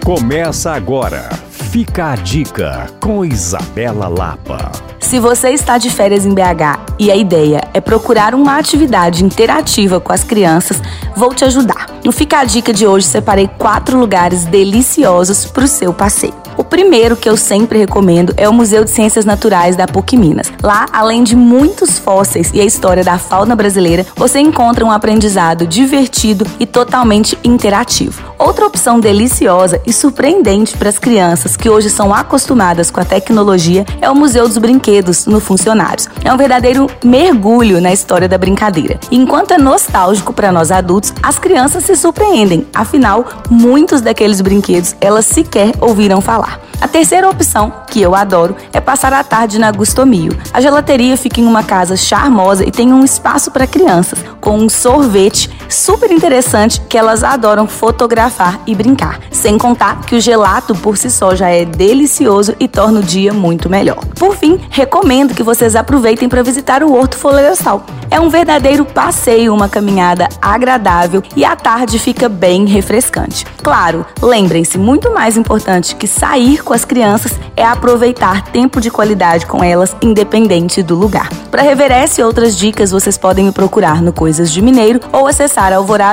Começa agora. Fica a dica com Isabela Lapa. Se você está de férias em BH e a ideia é procurar uma atividade interativa com as crianças, vou te ajudar. No Fica a Dica de hoje, separei 4 lugares deliciosos para o seu passeio. O primeiro que eu sempre recomendo é o Museu de Ciências Naturais da PUC Minas. Lá, além de muitos fósseis e a história da fauna brasileira, você encontra um aprendizado divertido e totalmente interativo. Outra opção deliciosa e surpreendente para as crianças que hoje são acostumadas com a tecnologia é o Museu dos Brinquedos, no Funcionários. É um verdadeiro mergulho na história da brincadeira. E enquanto é nostálgico para nós adultos, as crianças se surpreendem. Afinal, muitos daqueles brinquedos elas sequer ouviram falar. A terceira opção, que eu adoro, é passar a tarde na Gustomio. A gelateria fica em uma casa charmosa e tem um espaço para crianças, com um sorvete super interessante que elas adoram fotografar e brincar. Sem contar que o gelato por si só já é delicioso e torna o dia muito melhor. Por fim, recomendo que vocês aproveitem para visitar o Horto Florestal. É um verdadeiro passeio, uma caminhada agradável e à tarde fica bem refrescante. Claro, lembrem-se, muito mais importante que sair com as crianças é aproveitar tempo de qualidade com elas, independente do lugar. Para rever essa e outras dicas, vocês podem me procurar no Coisas de Mineiro ou acessar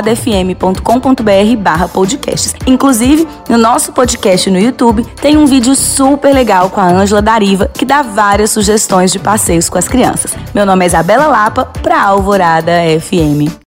alvoradafm.com.br/podcasts. Inclusive, no nosso podcast no YouTube, tem um vídeo super legal com a Ângela Dariva, que dá várias sugestões de passeios com as crianças. Meu nome é Isabela Lapa, para Alvorada FM.